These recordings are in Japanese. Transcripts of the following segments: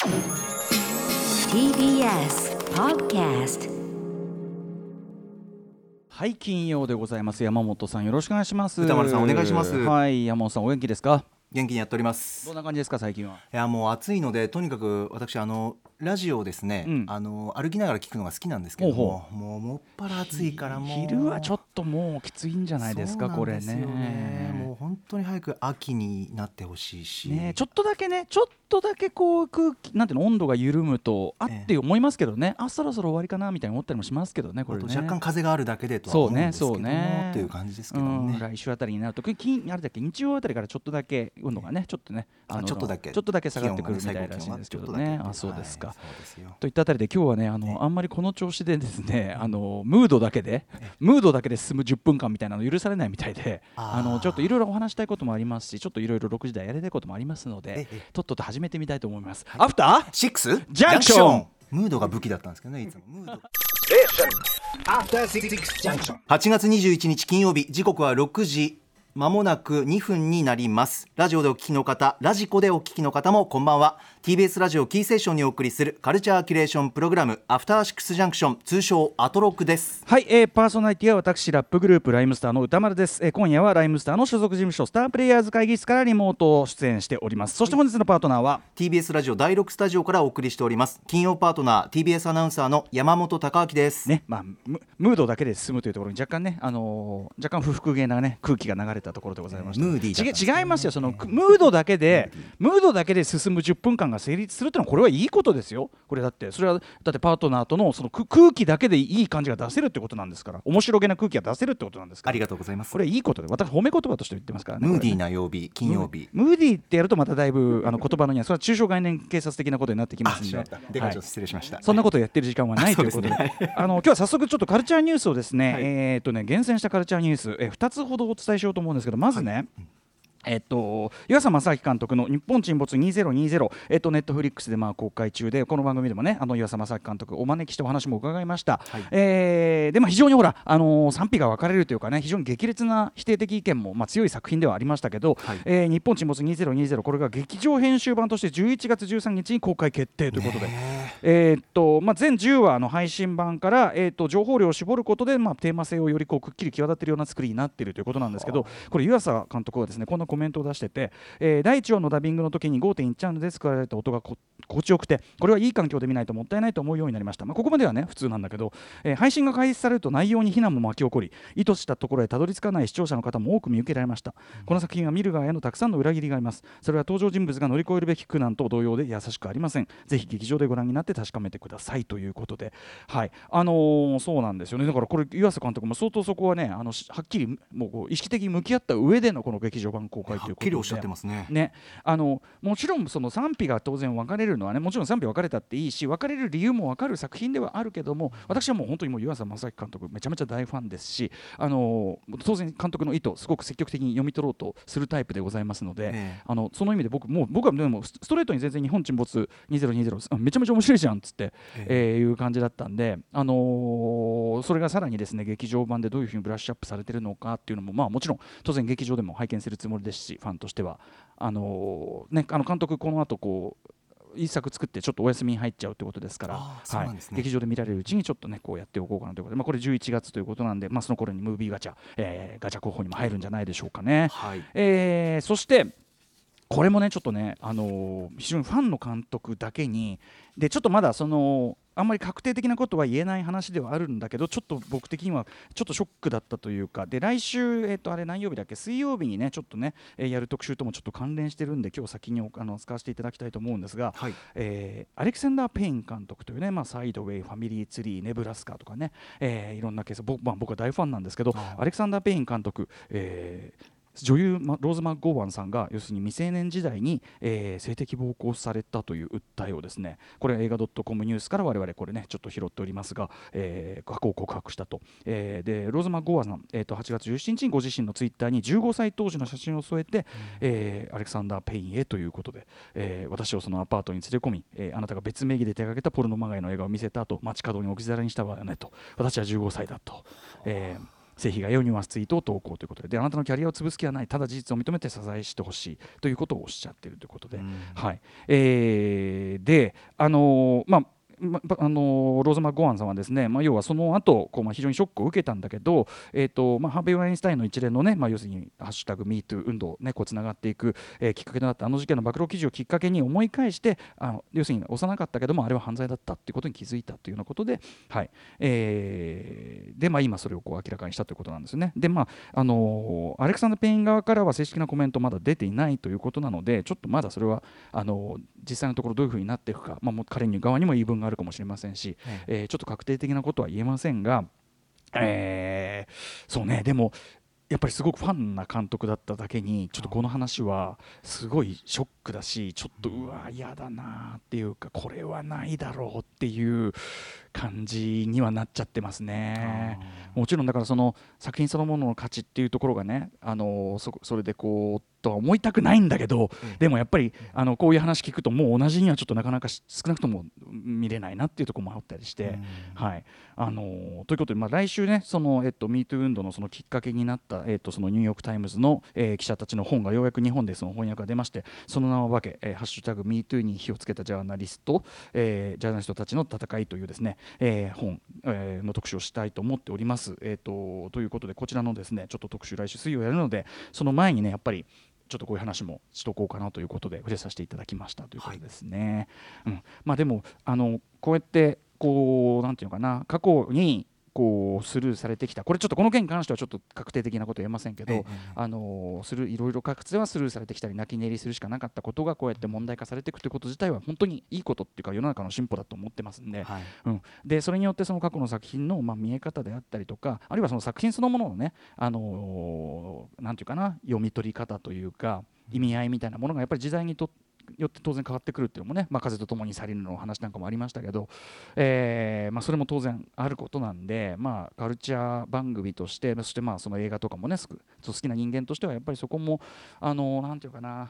TBS Podcast。 はい、金曜でございます。山本さんよろしくお願いします。 歌丸さんお願いします。 はい、山本さんお元気ですか？ 元気にやっております。 どんな感じですか最近は？ いやもう暑いのでとにかく私ラジオをですね、歩きながら聞くのが好きなんですけども、もっぱら暑いからもう昼はちょっともうきついんじゃないですか。 そうなんですよね。 これねもう本当に早く秋になってほしいし、 ちょっとだけこう空気なんていうの温度が緩むとって思いますけどね、そろそろ終わりかなみたいに思ったりもしますけどね。これね、 若干風があるだけでとは思うんですけども、っていう感じですけどね。 来週あたりになるとあれだっけ日曜あたりからちょっとだけ温度がねちょっとだけ下がってくるみたいらしいんですけどね。そうですか。といったあたりで今日はねあんまりこの調子でですねムードだけで進む10分間みたいなの許されないみたいで、ちょっといろいろお話したいこともありますし、ちょっといろいろ6時台やりたいこともありますので、とっとと始めてみたいと思います。アフターシックスジャンクション。 ムードが武器だったんですけどね、いつもムード。8月21日金曜日、時刻は6時まもなく2分になります。ラジオでお聞きの方、ラジコでお聞きの方もこんばんは。 TBS ラジオキーセッションにお送りするカルチャーキュレーションプログラム、アフターシックスジャンクション、通称アトロックです。 はい、パーソナリティは私ラップグループライムスターの歌丸です。今夜はライムスターの所属事務所スタープレイヤーズ会議室からリモート出演しております。そして本日のパートナーは、 TBS ラジオ第6スタジオからお送りしております。金曜パートナー TBS アナウンサーの山本貴明ですね。ムードだけで進むというところに若干ね、若干不服げなね空気が流れたところでございました。 ムーディーだったんですね。 違いますよ。そのムードだけで進む10分間が成立するというのはこれはいいことですよ。これだってそれはだってパートナーとのその空気だけでいい感じが出せるってことなんですから、面白げな空気が出せるってことなんですから。 ありがとうございます。 これいいことで、私褒め言葉として言ってますからね。 ムーディーな曜日、金曜日。 ムーディーってやるとまただいぶ言葉のにはそれは中小概念警察的なことになってきますんで、 失礼しました。 そんなことをやってる時間はないということで、今日は早速ちょっとカルチャーニュースをですね、厳選したカルチャーニュース、2つほどお伝えしようと思うんですけど、まずね、湯浅正明監督の日本沈没2020、ネットフリックスで公開中で、この番組でもね湯浅正明監督お招きしてお話も伺いました。で非常に賛否が分かれるというかね、非常に激烈な否定的意見も強い作品ではありましたけど、日本沈没2020、これが劇場編集版として11月13日に公開決定ということで、全10話の配信版から、情報量を絞ることで、テーマ性をよりくっきり際立っているような作りになっているということなんですけど、これ湯浅監督はですねこんなコメントを出してて、第1話のダビングの時に 5.1 チャンネルで作られた音が心地よくて、これはいい環境で見ないともったいないと思うようになりました。ここまではね普通なんだけど、配信が開始されると内容に非難も巻き起こり、意図したところへたどり着かない視聴者の方も多く見受けられました。この作品は見る側へのたくさんの裏切りがあります。それは登場人物が乗り越えるべき苦難と同様で優しくありません。ぜひ劇場でご覧になって確かめてくださいということで、そうなんですよね。だからこれ湯浅監督も相当そこはねはっきりもう意識的に向き合った上でのこの劇場版公開ということで、 はっきりおっしゃってますね。 もちろんその賛否が当然分かれるのはね、もちろん賛否分かれたっていいし、分かれる理由も分かる作品ではあるけども、私はもう本当にもう湯浅正明監督めちゃめちゃ大ファンですし、当然監督の意図すごく積極的に読み取ろうとするタイプでございますので、その意味で僕はでもストレートに全然日本沈没2020めちゃめちゃ面白いじゃんっつって、いう感じだったんで、それがさらにですね劇場版でどういうふうにブラッシュアップされてるのかっていうのももちろん当然劇場でも拝見するつもりですし、ファンとしては監督この後一作作ってちょっとお休みに入っちゃうってことですから、劇場で見られるうちにちょっとねこうやっておこうかなということで、これ11月ということなんで、その頃にムービーガチャ候補にも入るんじゃないでしょうかね。そしてこれもねちょっとね、非常にファンの監督だけにでちょっとまだあんまり確定的なことは言えない話ではあるんだけど、ちょっと僕的にはちょっとショックだったというかで、来週、あれ何曜日だっけ、水曜日にねちょっとね、やる特集ともちょっと関連してるんで、今日先に使わせていただきたいと思うんですが、アレキサンダー・ペイン監督というね、サイドウェイ、ファミリーツリー、ネブラスカとかね、いろんなケース、僕は大ファンなんですけど、アレキサンダー・ペイン監督、女優ローズ・マッゴーワンさんが要するに未成年時代に、性的暴行されたという訴えをですね、これは映画 .com ニュースから我々これねちょっと拾っておりますが、過去を告白したと、でローズ・マッゴーワンさん、8月17日にご自身のツイッターに15歳当時の写真を添えて、アレクサンダー・ペインへということで、私をそのアパートに連れ込み、あなたが別名義で手掛けたポルノまがいの映画を見せた後街角に置き去りにしたわよねと、私は15歳だと。 性被害やニュアンスツイートを投稿ということで、あなたのキャリアを潰す気はない、ただ事実を認めて謝罪してほしいということをおっしゃっているということで、はい、でローザマ・ゴアンさんはですね、要はその後非常にショックを受けたんだけど、ハーベイ・ワインスタインの一連のね、要するにハッシュタグ MeToo 運動ね、つながっていく、きっかけとなったあの事件の暴露記事をきっかけに思い返して、要するに幼かったけどもあれは犯罪だったっていうことに気づいたというようなことで、はい、で今それを明らかにしたということなんですね。でアレクサンダー・ペイン側からは正式なコメントまだ出ていないということなので、ちょっとまだそれは実際のところどういうふうになっていくか、もう彼に側にも言い分があるかもしれませんし、ちょっと確定的なことは言えませんが、そうね、でもやっぱりすごくファンな監督だっただけにちょっとこの話はすごいショックだし、ちょっとうわ嫌だなっていうか、これはないだろうっていう感じにはなっちゃってますね。もちろんだからその作品そのものの価値っていうところがね、それでとは思いたくないんだけど、でもやっぱりこういう話聞くともう同じにはちょっとなかなか少なくとも見れないなっていうところもあったりして、はい、ということで、来週ねそのMeToo 運動のそのきっかけになったそのニューヨークタイムズの記者たちの本がようやく日本でその翻訳が出まして、その名を分けハッシュタグ MeToo に火をつけたジャーナリストたちの戦いというですね、本の特集をしたいと思っております。ということでこちらのですねちょっと特集来週水曜やるので、その前にねやっぱりちょっとこういう話もしとこうかなということで触れさせていただきましたということですね。でもこうやってなんていうのかな、過去にスルーされてきた、これちょっとこの件に関してはちょっと確定的なことは言えませんけど、いろいろかつてはスルーされてきたり泣き寝入りするしかなかったことがこうやって問題化されていくということ自体は本当にいいことっていうか世の中の進歩だと思ってますんで、でそれによってその過去の作品の見え方であったりとか、あるいはその作品そのもののねなんていうかな、読み取り方というか意味合いみたいなものがやっぱり時代によって当然変わってくるっていうのもね、風と共に去りぬの話なんかもありましたけど、それも当然あることなんで、カルチャー番組として、そしてその映画とかもね好きな人間としてはやっぱりそこもなんていうかな、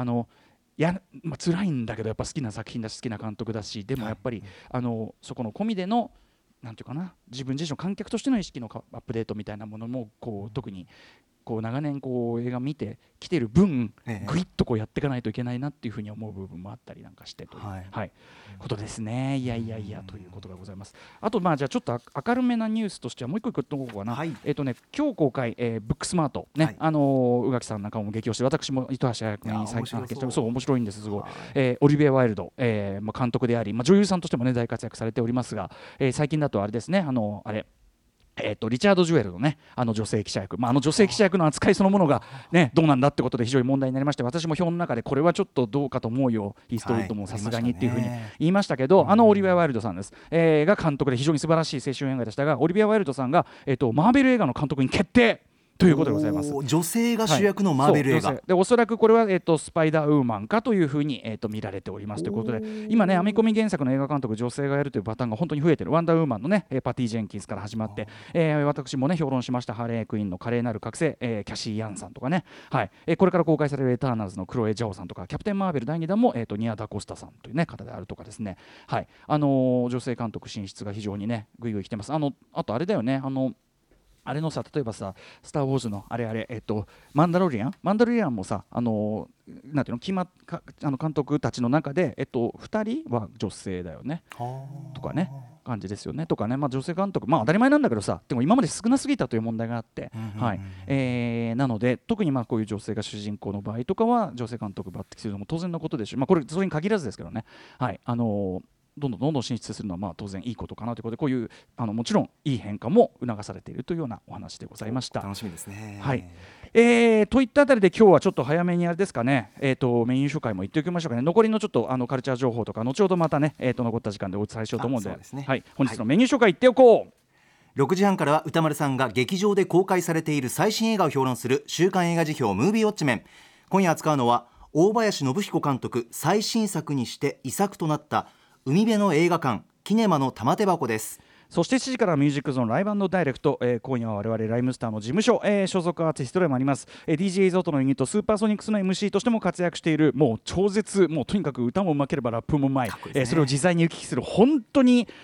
辛いんだけどやっぱ好きな作品だし好きな監督だし、でもやっぱり、そこの込みでのなんていうかな、自分自身の観客としての意識のアップデートみたいなものも特に長年映画見てきてる分グイッとやっていかないといけないなっていうふうに思う部分もあったりなんかしてという、ことですね。いやということがございます。あとじゃあちょっと明るめなニュースとしてはもう一個言っとこうかな。今日公開ブックスマートね、宇垣さんなんかも激推して、私も糸橋彩君に最近そう面白いんですすごい。オリビア・ワイルド監督であり女優さんとしてもね大活躍されておりますが、最近だとあれですね、リチャード・ジュエルのね女性記者役、女性記者役の扱いそのものがねどうなんだってことで非常に問題になりまして、私も表の中でこれはちょっとどうかと思うよ、イーストウッドもさすがにっていうふうに言いましたけど、オリビア・ワイルドさんです、が監督で非常に素晴らしい青春映画でしたが、オリビア・ワイルドさんが、マーベル映画の監督に決定ということでございます。 女性が主役のマーベル映画、 でおそらくこれは、スパイダーウーマンかというふうに、見られておりますということで、今ね編み込み原作の映画監督女性がやるというパターンが本当に増えてる。ワンダーウーマンのねパティ・ジェンキンスから始まって、私もね評論しましたハーレークイーンの華麗なる覚醒、キャシー・ヤンさんとかね、これから公開されるエターナルズのクロエ・ジャオさんとか、キャプテン・マーベル第2弾も、ニア・ダ・コスタさんという、ね、方であるとかですね、女性監督進出が非常にねグイグイ来てます。あとあれだよね、あれのさ、例えばさ、スター・ウォーズのマンダロリアンもさ、なんていうの監督たちの中で、2人は女性だよねとかね感じですよねとかね、女性監督当たり前なんだけどさ、でも今まで少なすぎたという問題があって、なので特にこういう女性が主人公の場合とかは女性監督抜擢するのも当然のことでしょう。これそれに限らずですけどね、どんどん進出するのは当然いいことかなということで、こういうもちろんいい変化も促されているというようなお話でございました。 楽しみですね。 といったあたりで今日はちょっと早めにあれですかね、メイン紹介も言っておきましょうかね。残りのちょっとカルチャー情報とか後ほどまたね、残った時間でお伝えしようと思うので、本日のメニュー紹介言っておこう。 6時半からは歌丸さんが劇場で公開されている最新映画を評論する週刊映画辞表ムービーウォッチメン。今夜扱うのは大林信彦監督最新作にして遺作となった海辺の映画館キネマの玉手箱です。 そして7時からミュージックゾーンライブ&ダイレクト、今夜は我々ライムスターの事務所、所属アーティストでもあります、DJ ゾートのユニットスーパーソニックスの MC としても活躍している、もう超絶、もうとにかく歌もうまければラップもうまい、それを自在に行き来する本当に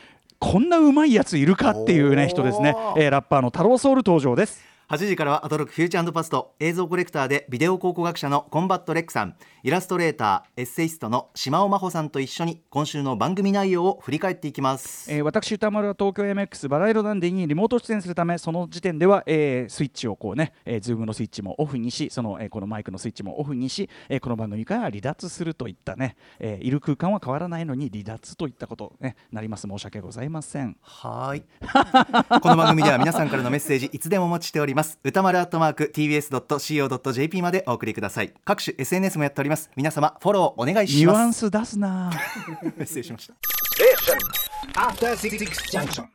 こんなうまいやついるかっていうね人ですね、ラッパーの太郎ソウル登場です。 8時からはアトロックフューチャー&パスト、映像コレクターでビデオ考古学者のコンバットレックさん、イラストレーターエッセイストの島尾真帆さんと一緒に今週の番組内容を振り返っていきます。 私歌丸は東京 MX バラ色ダンディにリモート出演するため、その時点では、スイッチをこうね、ズームのスイッチもオフにし、このマイクのスイッチもオフにし、この番組から離脱するといったね、いる空間は変わらないのに離脱といったことねなります。申し訳ございません。 はい。この番組では皆さんからのメッセージいつでもお待ちしております。歌丸@tbs.co.jp までお送りください。各種 SNS もやっております。皆様フォローお願いします。 ニュアンス出すな失礼しました。 After 66 junction.